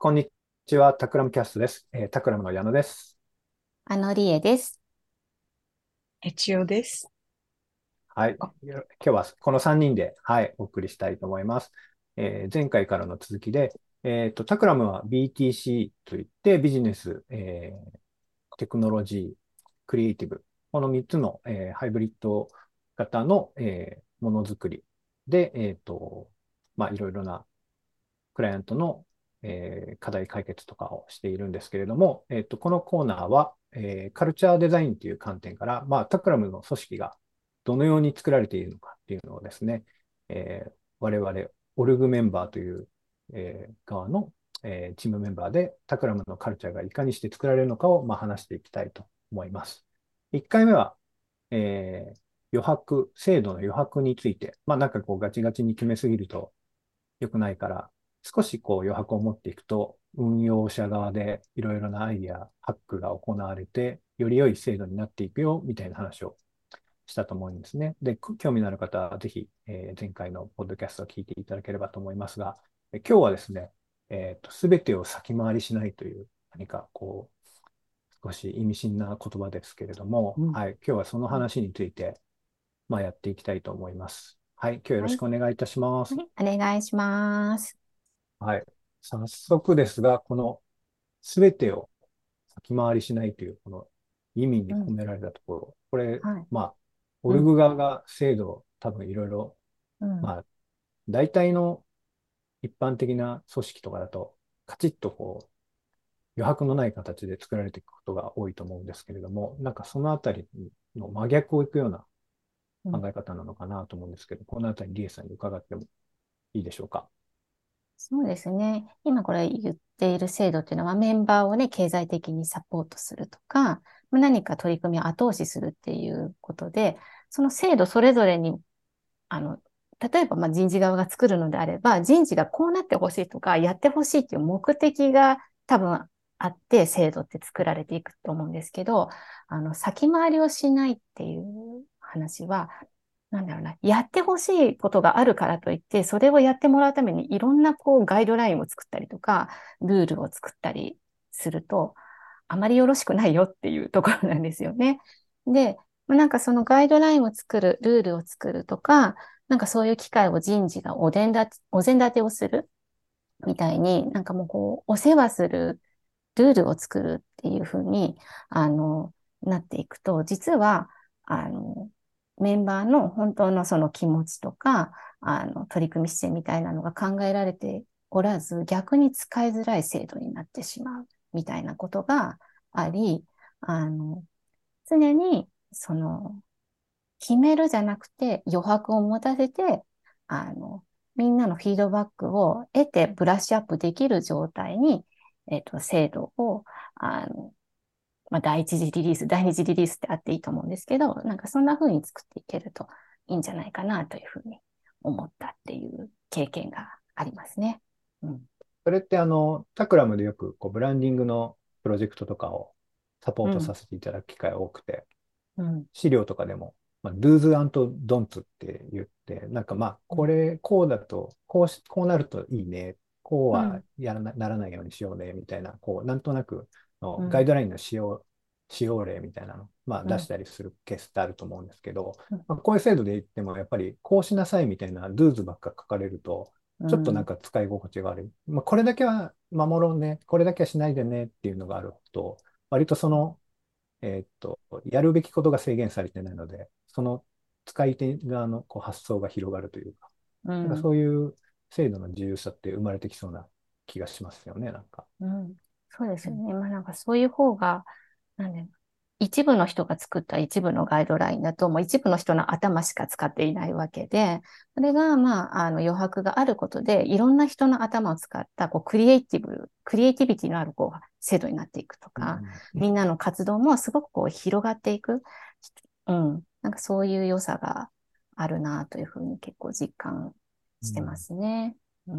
こんにちは、タクラムキャストです。タクラムの矢野です。 リエです。 一応です。 はい。今日はこの3人で、はい、お送りしたいと思います。前回からの続きで、タクラムは BTC といってビジネス、テクノロジー、クリエイティブ、この3つの、ハイブリッド型の、ものづくりで、いろいろなクライアントの、課題解決とかをしているんですけれども、このコーナーは、カルチャーデザインという観点から、タクラムの組織がどのように作られているのかっていうのをですね、我々、オルグメンバーという、側の、チームメンバーでタクラムのカルチャーがいかにして作られるのかを、話していきたいと思います。1回目は、余白、制度の余白について、なんかこうガチガチに決めすぎると良くないから、少しこう余白を持っていくと、運用者側でいろいろなアイディア、ハックが行われて、より良い制度になっていくよ、みたいな話をしたと思うんですね。で、興味のある方は、ぜひ、前回のポッドキャストを聞いていただければと思いますが、今日はですね、すべてを先回りしないという、何かこう、少し意味深な言葉ですけれども、 うん。 はい、今日はその話について、やっていきたいと思います。はい、今日よろはい。 しくお願いいたします。 はい。お願いします。 はい。早速ですが、このすべてを先回りしないという、この意味にうん。 込められたところ、これ、 はい。 オうん。 ルグ側が制度を多分いろいろ、 うん。 まあ、大体の一般的な組織とかだと、カチッとこう、余白のない形で作られていくことが多いと思うんですけれども、なんかそのあたりの真逆をいくようなうん。 考え方なのかなと思うんですけど、このあたり、リエさんに伺ってもいいでしょうか。 そうですね。今これ言っている制度っていうのはメンバーをね、経済的にサポートするとか、何か取り組みを後押しするっていうことで、その制度それぞれに、あの、例えば人事側が作るのであれば、人事がこうなってほしいとか、やってほしいっていう目的が多分あって、制度って作られていくと思うんですけど、先回りをしないっていう話は、なんだろうな、やってほしいことがあるからといって、それをやってもらうためにいろんなこうガイドラインを作ったりとか、ルールを作ったりすると、あまりよろしくないよっていうところなんですよね。で、なんかそのガイドラインを作る、ルールを作るとか、なんかそういう機会を人事がお膳立てをするみたいに、なんかもうこう、お世話するルールを作るっていうふうに、あの、なっていくと、実は、あの、メンバーの本当のその気持ちとか、取り組み姿勢みたいなのが考えられておらず、逆に使いづらい制度になってしまうみたいなことがあり、あの、常に、決めるじゃなくて余白を持たせて、あの、みんなのフィードバックを得てブラッシュアップできる状態に、制度を、あの、第一次リリース、第二次リリースってあっていいと思うんですけど、なんかそんな風に作っていけるといいんじゃないかなというふうに思ったっていう経験がありますね。うん。 それってタクラムでよくこうブランディングのプロジェクトとかをサポートさうん。 せていただく機会が多くて、 うん。 資料とかでも、do's and don'ts って言って、なんかこうん。 れ、こうだと、こうなるといいね、こうはうん。 ならないようにしようね、みたいな、こう、なんとなくのガイうん。 ドラインの使用例みたいなの、出しうん。 たりするケースってあると思うんですけど、 うん。 こういう制度で言っても、やっぱりこうしなさいみたいな do's ばっか書かれると、ちょっとなんうん。 か使い心地が悪い。これだけは守ろうね、これだけはしないでねっていうのがあると、割とその、やるべきことが制限されていないので、その使い手側のこう発想が広がるというか、なんかうん。 そういう制度の自由さって生まれてきそうな気がしますよね、なんか。 うん。そうですうん。 よね。なんかそういう方が、なんで、一部の人が作った一部のガイドラインだと、もう一部の人の頭しか使っていないわけで、それが、余白があることで、いろんな人の頭を使った、こう、クリエイティビティのある、こう、制度になっていくとか、 うん。 みんなの活動もすごくこう、広がっていく。うん。なんかそういう良さがあるなというふうに結構実感してまうん。 すね。うん。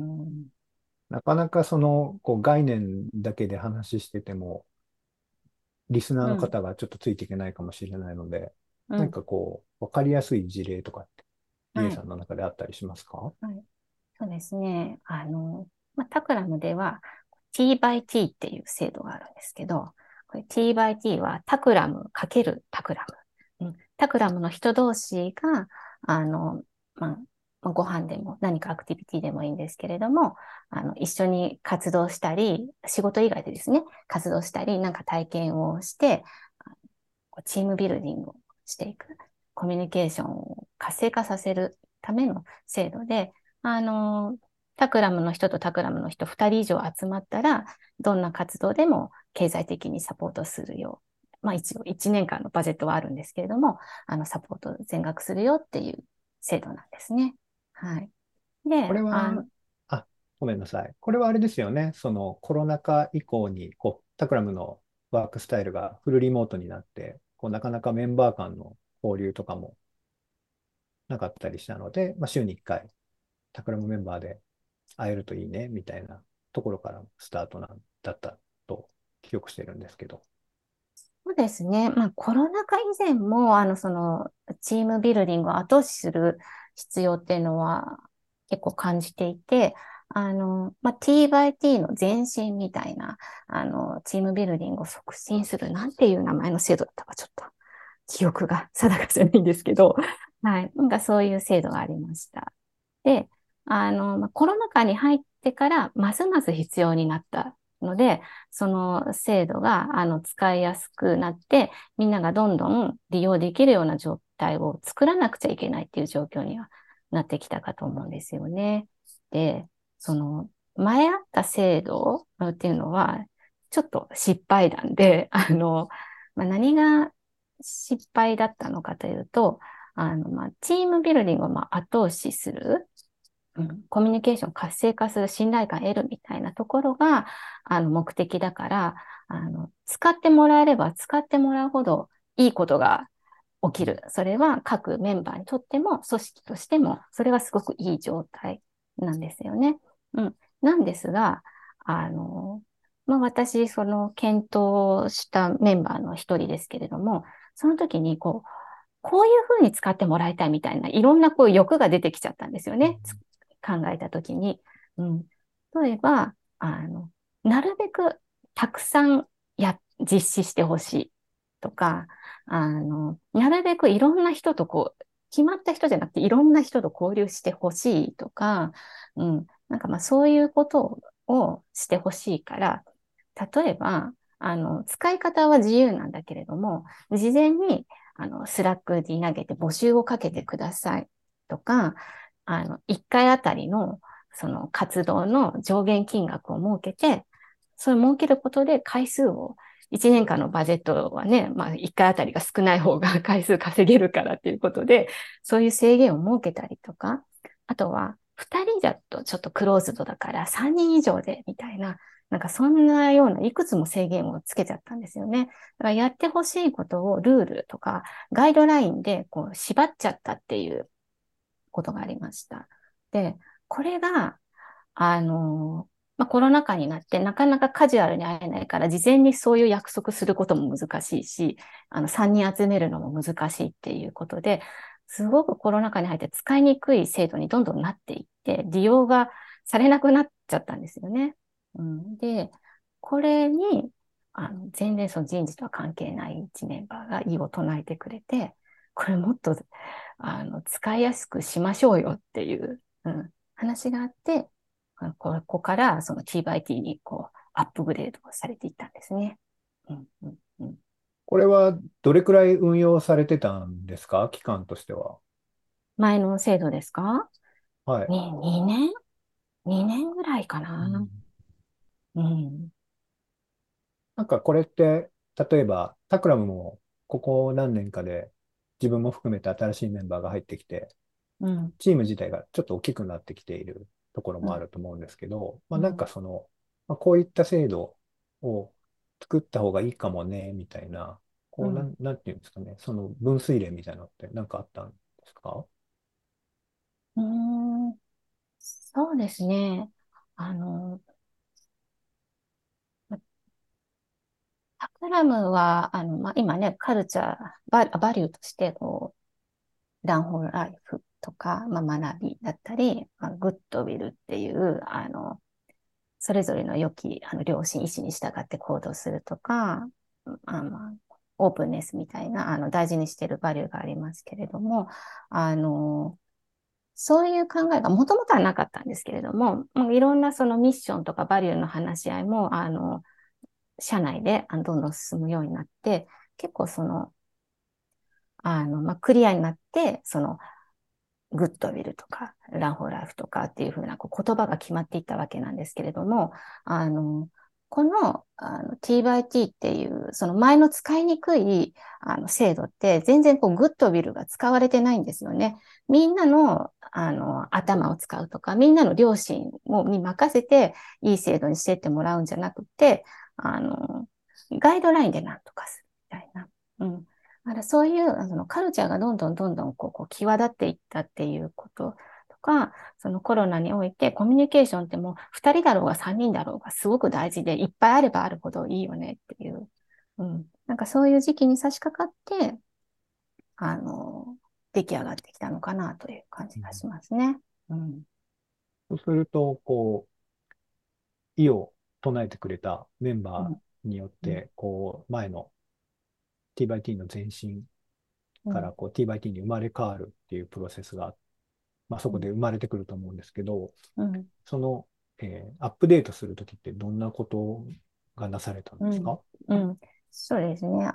なかなかそのこう概念だけで話してても、リスナーうん。 の方がちょっとついていけないかもしれないので、何うん。 かこう、わかりやすい事例とかって、リエはい。 さんの中であったりしますか？ はい。そうですね。タクラムでは、 T by T っていう制度があるんですけど、これ T by T はタクラムかけるタクラム。タクラムの人同士が、あの、まご飯でも何かアクティビティでもいいんですけれども、一緒に活動したり、仕事以外でですね、活動したり、なんか体験をして、チームビルディングをしていく、コミュニケーションを活性化させるための制度で、あの、タクラムの人とタクラムの人2人以上集まったら、どんな活動でも経済的にサポートするよう、一応1年間のバジェットはあるんですけれども、サポート全額するよっていう制度なんですね。はい。 こで、 れは、あ、ごめんなさい。これはあれですよね。そのコロナ禍以降に、タクラムのワークスタイルがフルリモートになって、なかなかメンバー間の交流とかもなかったりしたので、週に1回、タクラムメンバーで会えるといいね、みたいなところからスタートだったと記憶してるんですけど。 そうですね。コロナ禍以前も、チームビルディングを後押しする必要っていうのは結構感じていて、T by T の前身みたいな、チームビルディングを促進する、なんていう名前の制度だったか、ちょっと記憶が定かじゃないんですけど、はい。なんかそういう制度がありました。で、コロナ禍に入ってから、ますます必要になったので、その制度が、使いやすくなって、みんながどんどん利用できるような状態を作らなくちゃいけないっていう状況にはなってきたかと思うんですよね。で、前あった制度っていうのは、ちょっと失敗談で、何が失敗だったのかというと、チームビルディングを後押しする、コミュニケーションを活性化する、信頼感を得るみたいなところが、目的だから、使ってもらえれば使ってもらうほどいいことが起きる。それは各メンバーにとっても、組織としても、それはすごくいい状態なんですよね。なんですが、私、検討したメンバーの一人ですけれども、その時に、こういうふうに使ってもらいたいみたいな、いろんな欲が出てきちゃったんですよね。考えたときに。例えば、なるべくたくさん実施してほしいとか、なるべくいろんな人と決まった人じゃなくていろんな人と交流してほしいとか、なんかそういうことをしてほしいから、例えば、使い方は自由なんだけれども、事前に、スラックに投げて募集をかけてくださいとか、1回あたりの、その活動の上限金額を設けて、それを設けることで回数を、1年間のバジェットはね、1回あたりが少ない方が回数稼げるからっていうことで、そういう制限を設けたりとか、あとは、2人だとちょっとクローズドだから3人以上でみたいな、なんかそんなようないくつも制限をつけちゃったんですよね。だからやってほしいことをルールとかガイドラインで縛っちゃったっていうことがありました。で、これが、コロナ禍になってなかなかカジュアルに会えないから事前にそういう約束することも難しいし、3人集めるのも難しいっていうことで、すごくコロナ禍に入って使いにくい制度にどんどんなっていって、利用がされなくなっちゃったんですよね。で、これに、全然その人事とは関係ない一メンバーが異を唱えてくれて、これもっと、使いやすくしましょうよっていう、話があって、ここからその T by T にアップグレードされていったんですね。 これはどれくらい運用されてたんですか、期間としては。 前の制度ですか？ はい。 2 年 ?2 年ぐらいかな。 うん。 うん。 なんかこれって、例えば、タクラムもここ何年かで自分も含めて新しいメンバーが入ってきて、 うん。 チーム自体がちょっと大きくなってきているところうん。 もあると思うんですけど、なんうん。 かこういった制度を作った方がいいかもね、みたいな、 うん。 なんていうんですかね、その分水嶺みたいなのって何かあったんですか？ うーん、そうですね。あの、タクラムは、今ね、カルチャー、バリューとして、ランホールライフとか、学びだったり、グッドウィルっていう、 それぞれの良き良心、意思に従って行動するとか、オープンネスみたいな大事にしているバリューがありますけれども、あの、そういう考えがもともとはなかったんですけれども、もういろんなそのミッションとかバリューの話し合いも、社内でどんどん進むようになって、結構クリアになって、グッドウィルとか、ランフォーライフとかっていうふうな言葉が決まっていったわけなんですけれども、この、T by T っていう、その前の使いにくい、制度って全然グッドウィルが使われてないんですよね。みんなの、頭を使うとか、みんなの良心に任せていい制度にしてってもらうんじゃなくて、ガイドラインでなんとかするみたいな。うん。だからそういうカルチャーがどんどんどんどん際立っていったっていうこととか、そのコロナにおいてコミュニケーションってもう2人だろうが3人だろうがすごく大事で、いっぱいあればあるほどいいよねっていう、うん。なんかそういう時期に差し掛かって、あの、出来上がってきたのかなという感じがしますね。うん。 そうすると、意を唱えてくれたメンバうん。 ーによっうん。 て、前の T by T の前身うん。 からT by T に生まれ変わるっていうプロセスが、まあ、そこで生まれてくると思うんですけど、 うん。 その、アップデートするときってどんなことがなされたんうん。 ですか？ うん。そうですね。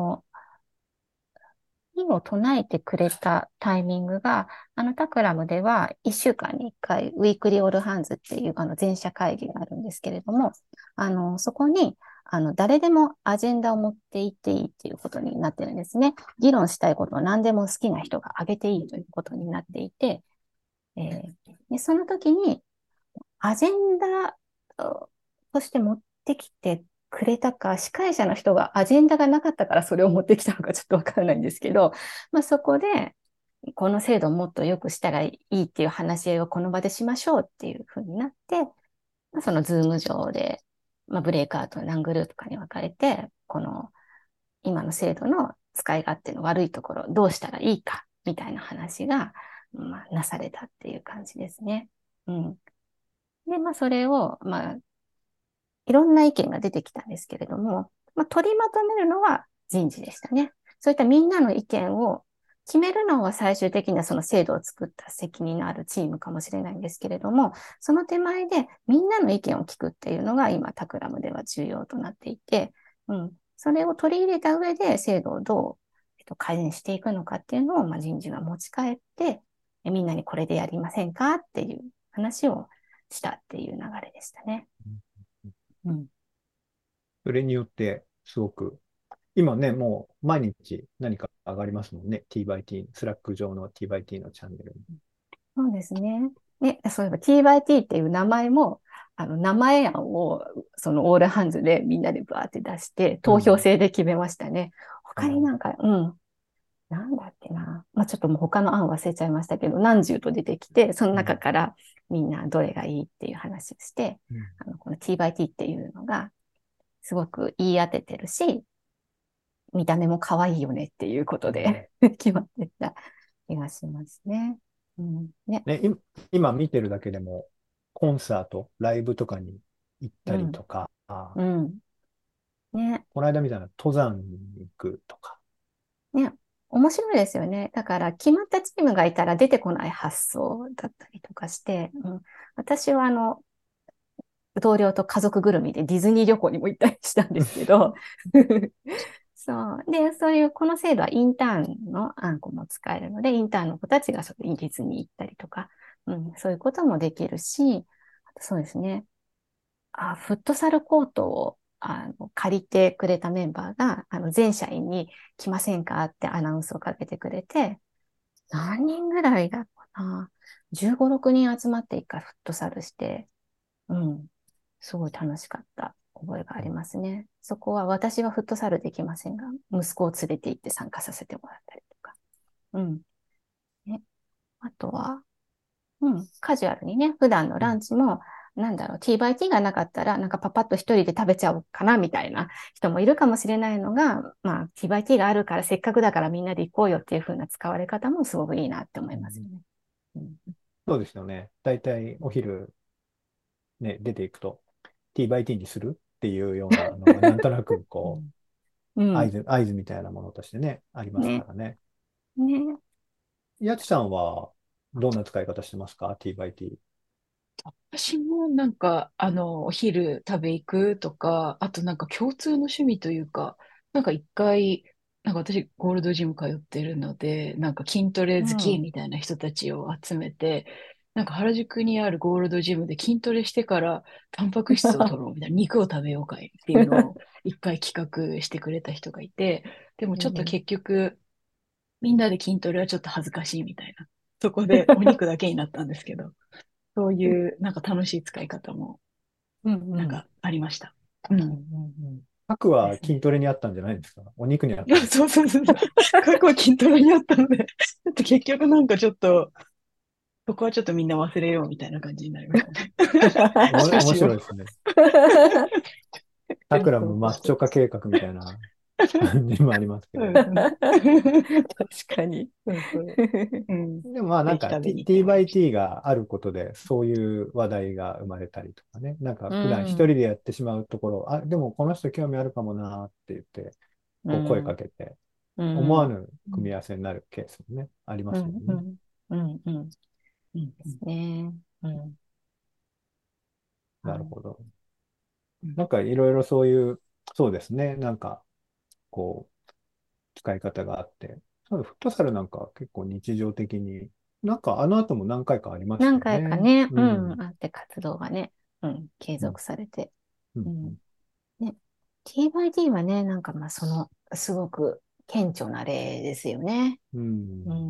意を唱えてくれたタイミングが、タクラムでは1週間に1回、ウィークリーオールハンズっていう全社会議があるんですけれども、そこに、誰でもアジェンダを持っていっていいっていうことになってるんですね。議論したいことを何でも好きな人が挙げていいということになっていて、でその時に、アジェンダとして持ってきてくれたか、司会者の人がアジェンダがなかったからそれを持ってきたのかちょっとわからないんですけど、まあ、そこで、この制度をもっと良くしたらいいっていう話し合いをこの場でしましょうっていうふうになって、まあ、そのズーム上で、まあ、ブレイクアウト何グループかに分かれて、この今の制度の使い勝手の悪いところ、どうしたらいいかみたいな話が、まあ、なされたっていう感じですね。うん。で、まあ、それを、まあ、いろんな意見が出てきたんですけれども、まあ、取りまとめるのは人事でしたね。そういったみんなの意見を決めるのは最終的にはその制度を作った責任のあるチームかもしれないんですけれども、その手前でみんなの意見を聞くっていうのが今、タクラムでは重要となっていて、うん、それを取り入れた上で制度をどう改善していくのかっていうのを、まあ、人事が持ち帰って、みんなにこれでやりませんかっていう話をしたっていう流れでしたね。うん。 それによって、すごく、今ね、もう毎日何か上がりますもんね。T by T、スラック上の T by T のチャンネルに。 そうですね。ね、そういえば T by T っていう名前も、名前案を、そのオールハンズでみんなでバーって出して、投票うん。 制で決めましたね。他にあなんか、うん、なんだっけな。まあ、ちょっともう他の案忘れちゃいましたけど、何十と出てきて、そのうん。 中からみんなどれがいいっていう話をして、 うん。 この T by T っていうのが、すごく言い当ててるし、見た目も可愛いよねっていうことうん。 で決まってた気がしますね。うん、ね。 ね、今見てるだけでも、コンサート、ライブとかに行ったうん、 りとか、 うん、ね。 この間みたいな登山に行くとか。 ね、面白いですよね。だから、決まったチームがいたら出てこない発想だったりとかして、うん、私は同僚と家族ぐるみでディズニー旅行にも行ったりしたんですけど、そう。で、そういう、この制度はインターンのあんこも使えるので、インターンの子たちがディズニー行ったりとか、うん、そういうこともできるし、あとそうですね。フットサルコートを借りてくれたメンバーが全社員に来ませんかってアナウンスをかけてくれて、何人ぐらいだったかな。15、6人集まって一回フットサルして、うん、すごい楽しかった覚えがありますね。そこは私はフットサルできませんが、息子を連れて行って参加させてもらったりとか。うん。ね、あとは、うん、カジュアルにね、普段のうん。 ランチも、なんだろう、T by T がなかったら、なんかパパッと一人で食べちゃおうかな、みたいな人もいるかもしれないのが、まあ、T by T があるから、せっかくだからみんなで行こうよっていう風な使われ方もすごくいいなって思いますようん。 ね。うん。 そうですよね。だいたいお昼ね、出ていくと、 T by T にするっていうようなのが、なんとなくこう、 うん。 合図みたいなものとしてね、ありますかね。 らね。 ね。 やちさんはどんな使い方してますか？ T by T。 私もなんか、お昼食べ行くとか、あとなんか共通の趣味というか、なんか一回、なんか私ゴールドジム通ってるので、なんか筋トレ好きうん。 みたいな人たちを集めて、なんか原宿にあるゴールドジムで筋トレしてからタンパク質を取ろうみたいな、肉を食べようかいっていうのを一回企画してくれた人がいて、でもちょっと結局みんなで筋トレはちょっと恥ずかしいみたいな。そこでお肉だけになったんですけど。そういう、なんか楽しい使い方も、 うんうん。 なんかありました。うん。 うんうんうん。 核は筋ですね。 トレにあったんじゃないんですか？お肉にあったんですか？ そうそうそうそう。過去は筋トレにあったので、ちょっと結局なんかちょっと、そこはちょっとみんな忘れようみたいな感じになりましたね。 面少しを。 白いですね。タクラムマッチョそうそうそう。 化計画みたいな感じもありますけど。 うんうん。 確かに。 そうそう。うん。 でもまあなんかぜひ食べに行って T まいり by ました。 T があることでそういう話題が生まれたりとかね。なんかう普段一人ん。 でやってしまうところ、あ、でもこの人興味あるかもなって言って、こう声かうん。 けてうん。 思わぬ組み合わせになるケースもね、ありまうん。うすもんね。 ん。うん。うん。 うんうんですね。うん。はい。 なるほど。 うんなんかいろいろそういう、そうですね。なんかこう使い方があって、そうフットサルなんか結構日常的に、なんかあの後も何回かありました何よね。 回かね、 うん。 うん、あって活動がね、うん、継うん。 続されて。 うん。 うん。 うん。 ね、T by D はね、なんかまあすごく顕著な例ですよね。 うん。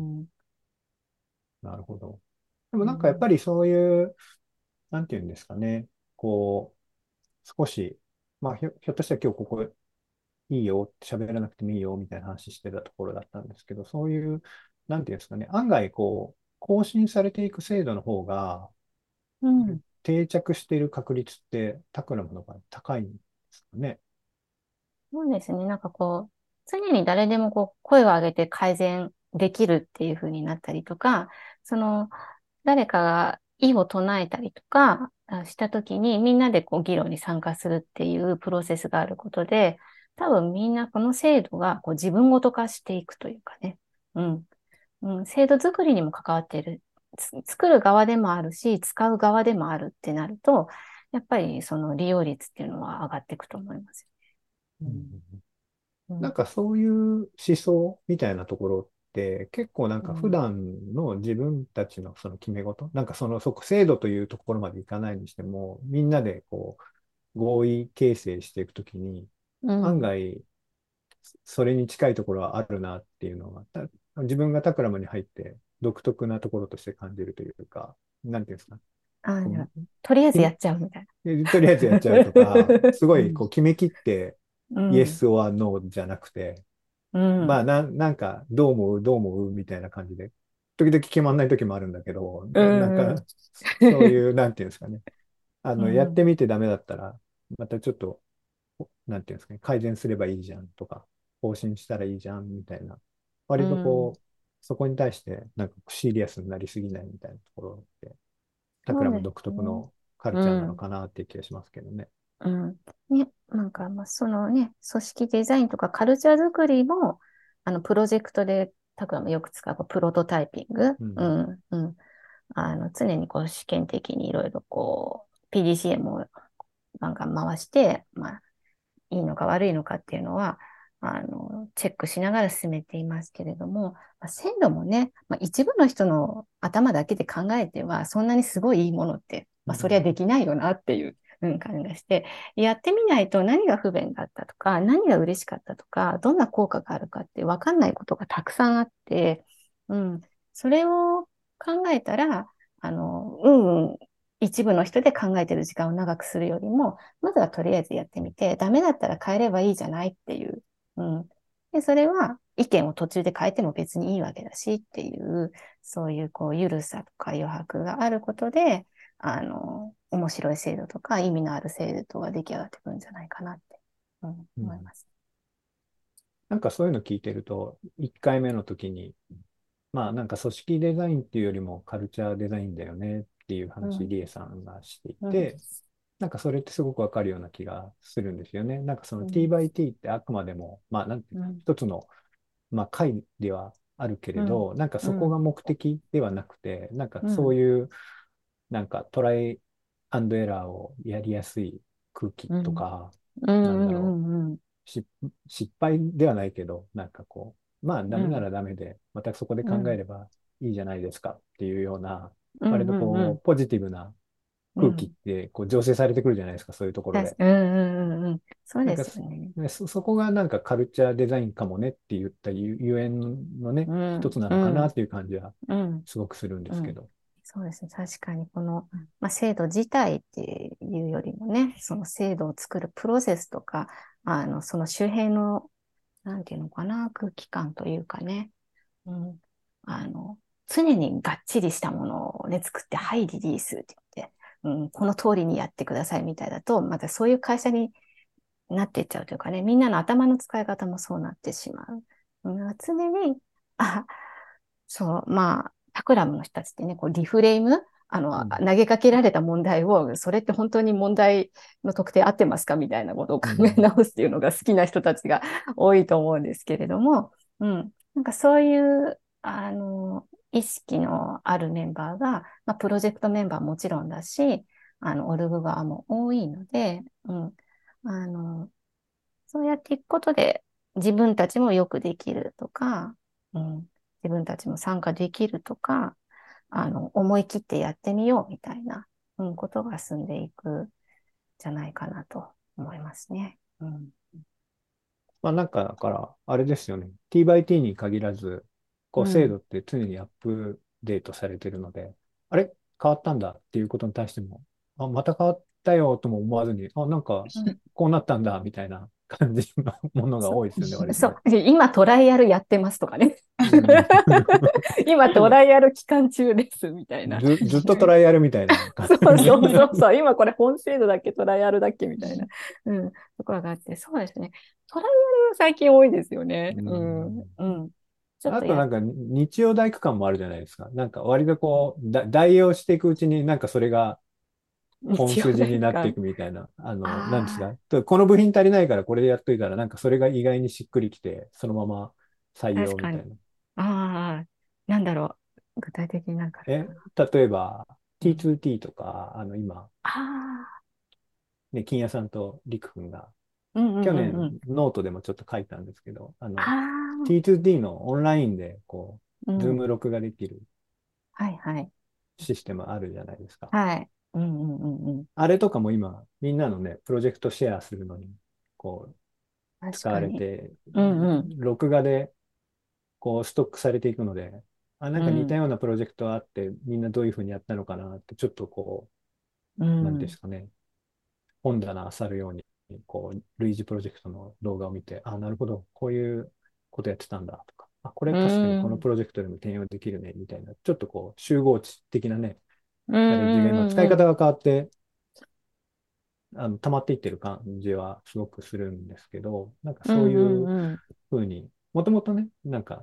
うん。 なるほど。でもなんかやっうん。 ぱりそういう、なんていうんですかね。こう、少し、まあひょっとしたら今日ここいいよ、喋らなくてもいいよ、みたいな話してたところだったんですけど、そういう、なんていうんですかね。案外こう、更新されていく制度の方が、 うん。 定着している確率ってタクラムの場合高いんですかね。 そうですね。なんかこう、常に誰でもこう、声を上げて改善できるっていう風になったりとか、その、誰かが異を唱えたりとかしたときに、みんなでこう、議論に参加するっていうプロセスがあることで、多分みんなこの制度がこう自分ごと化していくというかね。うん。うん、制度作りにも関わっている。作る側でもあるし、使う側でもあるってなると、やっぱりその利用率っていうのは上がっていくと思いますよ。 うん。 うん。 なんかそういう思想みたいなところって結構なんか普うん。 段の自分たちのその決め事、なんか制度というところまでいかないにしても、みんなでこう合意形成していくときに、 うん。 案外それに近いところはあるなっていうのが、自分がタクラムに入って独特なところとして感じるというか、なんていうんですか。こうとりあえずきやっちゃうみたいとりあえずやっちゃうとか、 な。 すごいこうん。 う決めきってうん。 イエス or No じゃなくて、 うん。 なんか、どう思うみたいな感じで、時々決まんない時もあるんだけど、 うなんか、 ん。 そういう、なんていうんですかね。やってうん。 みてダメだったら、またちょっと、なんていうんですかね、改善すればいいじゃんとか、更新したらいいじゃんみたいな。 う割とん。 こう、そこに対して、なんかシリアスになりすぎないみたいなところって、タクそうラム独ですね。 特のカルうチャーなのん。 かなっていう気がしますけどね。 うん。ね、なんか、まあ、そのね、組織デザインとかカルチャー作りも、プロジェクトで、たくもよく使うこうプロトタイピング。 うん。 うん、うん。常にこう試験的にいろいろこう、PDCM をガンガン回して、まあ、いいのか悪いのかっていうのは、チェックしながら進めていますけれども、まあ、制度もね、まあ、一部の人の頭だけで考えては、そんなにすごいいいものって、まあ、そりゃうん。 できないよなっていう、感じがして、やってみないと何が不便だったとか、何が嬉しかったとか、どんな効果があるかって分かんないことがたくさんあって、うん、それを考えたら、一部の人で考えてる時間を長くするよりも、まずはとりあえずやってみて、ダメだったら変えればいいじゃないっていう。うん。で、それは意見を途中で変えても別にいいわけだしっていう、そういうこう、ゆるさとか余白があることで、面白い制度とか意味のある制度が出来上がってくるんじゃないかなって、 うん。 思います。 なんかそういうの聞いてると、1回目の時に、まあなんか組織デザインっていうよりもカルチャーデザインだよねっていう話、 うん、 リエさんがしていうん、 て、 なんかそれってすごくわかるような気がするんですよね。なんかその T うん、 by T ってあくまでも、まあなんていうか、 うん、 一つの、まあ会ではあるけうん、 れど、なんかうん、 そこが目的ではなくて、なんかうん、 そういう、なんかトライアンドエラーをやりやすい空気うん、 とか、 うん、 なんだろうん、うん、 う、失敗ではないけど、なんかこう、まあダうん、 メならダメで、またそこでうん、 考えればいいじゃないですかっていうような、 うん、 割とうん、うん、 こう、ポジティブな空気っうん、 てこう醸成されてくるじゃないですか、そういうところで。 うん、うん、うん、そうでなんかすよね。 そこがなんかカルチャーデザインかもねって言ったゆえんのね、 うん、 一つなうん、 のかなっていう感じはうん、 すごくするんでうん。 すけど。 そうですね。確かに、この、まあ、制度自体っていうよりもね、その制度を作るプロセスとか、その周辺の、なんていうのかな、空気感というかね、うん、常にがっちりしたものをね、作って、はい、リリースって言って、この通りにやってくださいみたいだと、またそういう会社になっていっちゃうというかね、みんなの頭の使い方もそうなってしまう。常に、あ、そう、まあ、タクラムの人たちってね、こうリフレーム、 うん。 投げかけられた問題を、それって本当に問題の特定合ってますかみたいなことを考えうん。 直すっていうのが好きな人たちが多いと思うんですけれども、なんかそういう、意識のあるメンバーが、まあ、プロジェクトメンバーもちろんだし、オルグ側も多いので、あの、そうやっていくことで自分たちもよくできるとか、自分たちも参加できるとか、思い切ってやってみようみたいな、ことが進んでいくんじゃないかなと思いますね。 まあなんか、だから、あれですよね。T by T に限らず、こう制うん。 度って常にアップデートされてるので、あれ変わったんだっていうことに対しても、あ、また変わったよとも思わずに、あ、なんか、 うん。 こうなったんだみたいな感じのものがそ多いですよね、割とね。 そう。今トライアルやってますとかね。 うん。 今トライアル期間中ですみたいな。 ずっとトライアルみたいな感そうじ。 そうそうそう。今これ本制度だっけトライアルだっけみたいな、ところがあって、そうですね。トライアル最近多いですよね。 ううん。 ん。 うん。ちょっとや、 あとなんか日曜大工感もあるじゃないですか。なんか割とこう、代用していくうちになんかそれが本日曜筋になってい大感。 くみたいな、なんですあか。この部品足りないからこれでやっといたらなんかそれが意外にしっくりきて、そのまま採あ、確かに。 用みたいな。 ああ、なんだろう。具体的になんかあるか例えばな。うん。 T2T とか、今、 ああ、 ね、金谷さんと陸くんがうんう去年んうんうん。 ノートでもちょっと書いたんですけど、 ああ、 T2T のオンラインでこう、ズーうん。 ム録画できるはいはい。 システムあるじゃないですか。 はい。うんうんうんうん。 あれとかも今、みんなのね、プロジェクトシェアするのに、こう、使わ確かに。 れて、 うんうん。 録画で、こう、ストックされていくので、あ、なんか似たうん。 ようなプロジェクトがあって、みんなどういうふうにやったのかなって、ちょっとこうう、なんでん。 すかね、本棚漁るように、こう、類似プロジェクトの動画を見て、あ、なるほど、こういうことやってたんだとか、あ、これう確かにこのん。 プロジェクトでも転用できるね、みたいな、ちょっとこう、集合値的なね、 うあれ、次元のんうんうんうん。 使い方が変わって、溜まっていってる感じはすごくするんですけど、なんかうんうそういうんうん。 ふうに、もともとね、なんか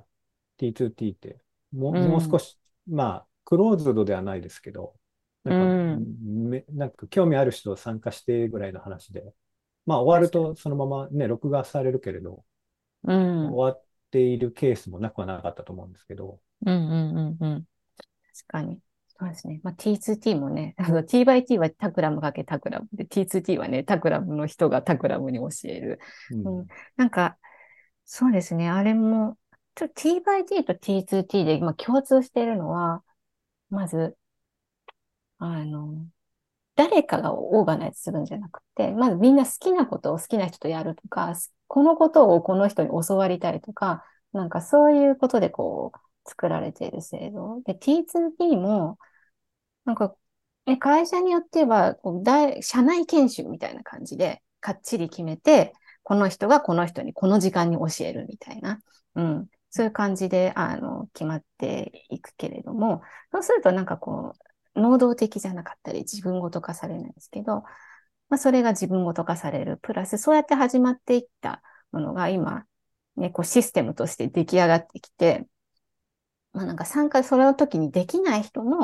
T2T ってもう少うん。 し、まあ、クローズドではないですけど、なうんか、 ん。 なんか興味ある人参加してぐらいの話で、まあ終わる確かに。 とそのままね、録画されるけれど、 うん。 終わっているケースもなくはなかったと思うんですけど、 うんうんうんうん。確かに。そうですね。まあ、T2T もね、T by T はタクラムかけタクラムで、T2T はね、タクラムの人がタクラムに教える。うん、 うん、 なんか、そうですね。あれも、T by T と T2T で今共通しているのは、まず、あの、誰かがオーガナイズするんじゃなくて、まずみんな好きなことを好きな人とやるとか、このことをこの人に教わりたいとか、なんかそういうことでこう、作られている制度。で、T2T も、なんか、会社によっては、こう社内研修みたいな感じで、かっちり決めて、この人がこの人にこの時間に教えるみたいな、そういう感じで、決まっていくけれども、そうするとなんかこう、能動的じゃなかったり、自分ごと化されないんですけど、まあ、それが自分ごと化される。プラス、そうやって始まっていったものが今、ね、こうシステムとして出来上がってきて、まあなんか参加、それの時にできない人も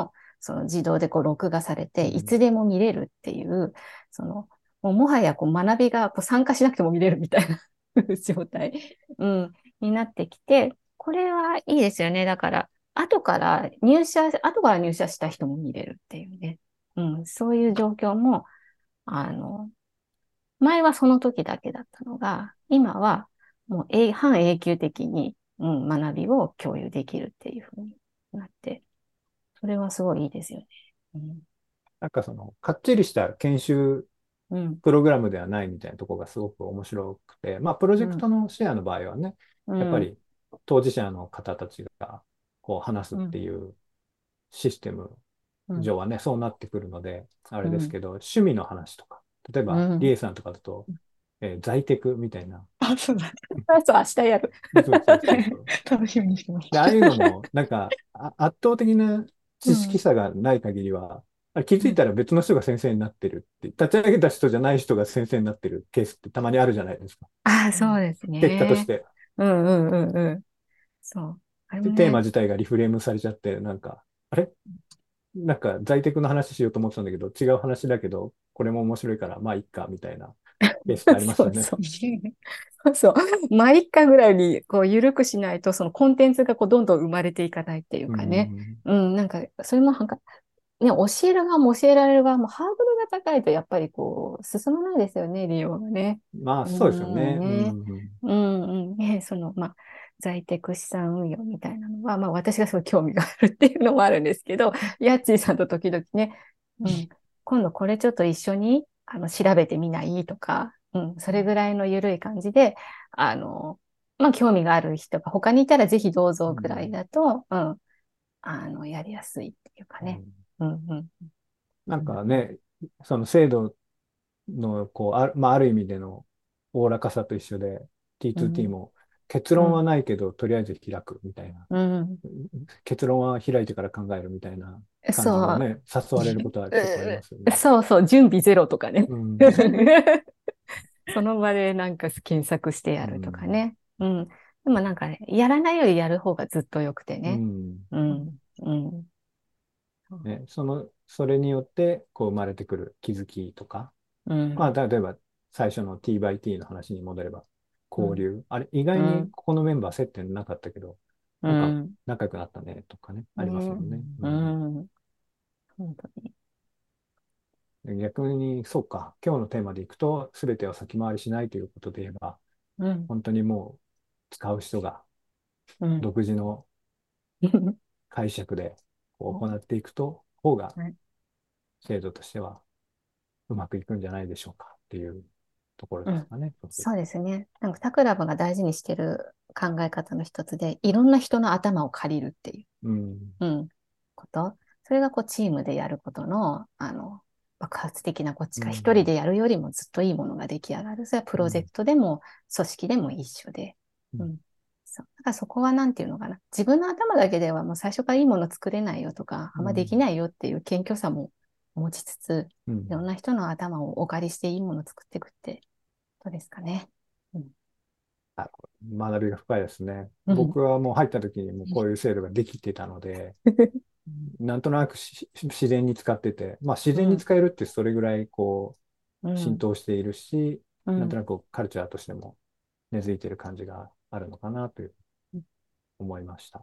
その自動でこう録画されて、 うんいつでも見れるっていう、もはやこう学びがこう参加しなくても見れるみたいな状態、うん、になってきて、これはいいですよね。だから、後から入社した人も見れるっていうね。うん、そういう状況も、あの、前はその時だけだったのが、今はもう半永久的に、学びを共有できるっていう風になって、それはすごいいいですよね。うん。 なんかその、かっちりした研修うん。 プログラムではないみたいなところがすごく面白くて、まあ、プロジェクうん。 トのシェアの場合はね、 うん。 やっぱり当事者の方たちがこう話すっうん。 ていうシステムうん。 上はね、そうなってくるので、あうん。 れですけど、趣味の話とか、例えば、リうん。 エさんとかだと、在テクみたいな、 あ、そうだ。 そう、明日やる。 そうそうそうそう。 楽しみにしてましで、ああいうのも、なんか、圧倒的な知識うん。 差がない限りは、あれ気づいうん。 たら別の人が先生になってるって、立ち上げた人じゃない人が先生になってるケースってたまにあるじゃないですか。 ああ、 た。うん。 そうですね。 結果として。 うんうんうんうん。そう。あれで、 もね。 テーマ自体がリフレームされちゃって、なんか、あれなんか在テクの話しようと思ってたんだけど、違う話だけど、これも面白いから、まあいっか、みたいなケースってありますよね。 そうそう。そう。まあ、一回ぐらいに、こう、緩くしないと、そのコンテンツがこう、どんどん生まれていかないっていううかね。 ん。 うん、なんか、それもなんか、ね、教える側も教えられる側もハードルが高いと、やっぱりこう、進まないですよね、利用がね。 まあ、 うそうですよね。うん、ね。 ん。 うんうん。ね、まあ、在宅資産運用みたいなのは、まあ、私がすごい興味があるっていうのもあるんですけど、ヤッチーさんと時々ね、うん、今度これちょっと一緒に、調べてみないとか、それぐらいの緩い感じで、まあ、興味がある人が他にいたらぜひどうぞぐらいうん。 だと、やりやすいっていうかね。 うん。 うんうん。 なんかね、その制度の、こう、まあ、ある意味でのおおらかさと一緒で、 う T2T んも結論はうんないけど、とりあえず開くみたいな。 うん。 結論は開いてから考えるみたいな感じのそう。 ね、誘われることは結構ありますよね。 そうそう、準備ゼロとかね。 うん。 その場でなんか検索してやうるとかん。 ね。うん。でもなんかね、やらないよりやる方がずっと良くてうね。 ん。 うん。うん。 ね、それによって、こう生まれてくる気づきとか、まあ、 うん。 例えば、最初の T by T の話に戻れば、 うん。 交流。あれ、意外にうん。 ここのメンバー接点なかったけど、なんかうん。 仲良くなったねとかね、ありますもね。 んね。ううん。 ん。本当に。 で逆に、そうか、今日のテーマでいくと、すべてを先回りしないということで言えば、 うん。 本当にもう使う人がうん。 独自の解釈でこう行っていくと、方がはい。 制度としてはうまくいくんじゃないでしょうかっていうところうん。 ですかね。 そうですね。なんかタクラブが大事にしてる考え方の一つで、いろんな人の頭を借りるっていう。 うん。 うん、こと。それがこうチームでやることの、爆発的なこっちうが一人ん。 でやるよりもずっといいものが出来上がる。それはプうん。 ロジェクトでも組織でも一緒で。 うん。 うん。そう。だからそこはなんていうのかな。自分の頭だけではもう最初からいいもの作れないよとか、あんまできないよっていう謙虚さも持ちつつ、 うん。 いろんな人の頭をお借りしていいものを作っていくってどうですかね。うん。 あ、学びが深いですね。 うん。 僕はもう入った時にもうこういう制度ができてたので、なんとなく自然に使ってて、まあ自然にうん。 使えるってそれぐらいこう浸うん。 透しているし、 うん。 なんとなくカルチャーとしても根付いている感じがあるのかなという思いました。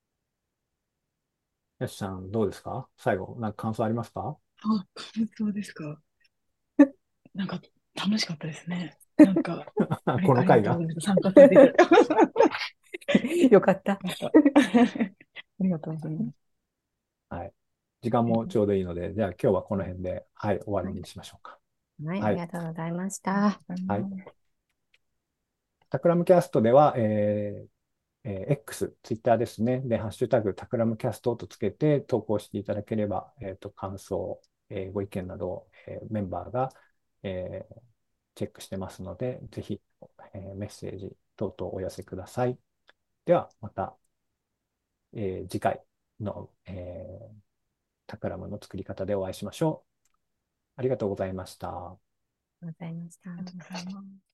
よしさん、どうですか最後、なんか感想ありますか？ あ、感想ですか。なんか楽しかったですね。なんか、 こありがの回が。 とうございます。参加させていただいて。 よかった。 なんかありがとうございます。 はい。時間もちょうどいいので、じゃあ今日はこの辺で、はい、終わはい、 りにしましょうか。 はい、あはい。 りがとうございました。 はい。タクラムキャストでは、X、ツイッターですね。で、ハッシュタグタクラムキャストとつけて投稿していただければ、感想、ご意見などを、メンバーが、えーチェックしてますので、ぜひ、メッセージ等々お寄せください。では、また、次回の、タクラムの作り方でお会いしましょう。ありがとうございました。 ありがとうございました。 ありがとうございます。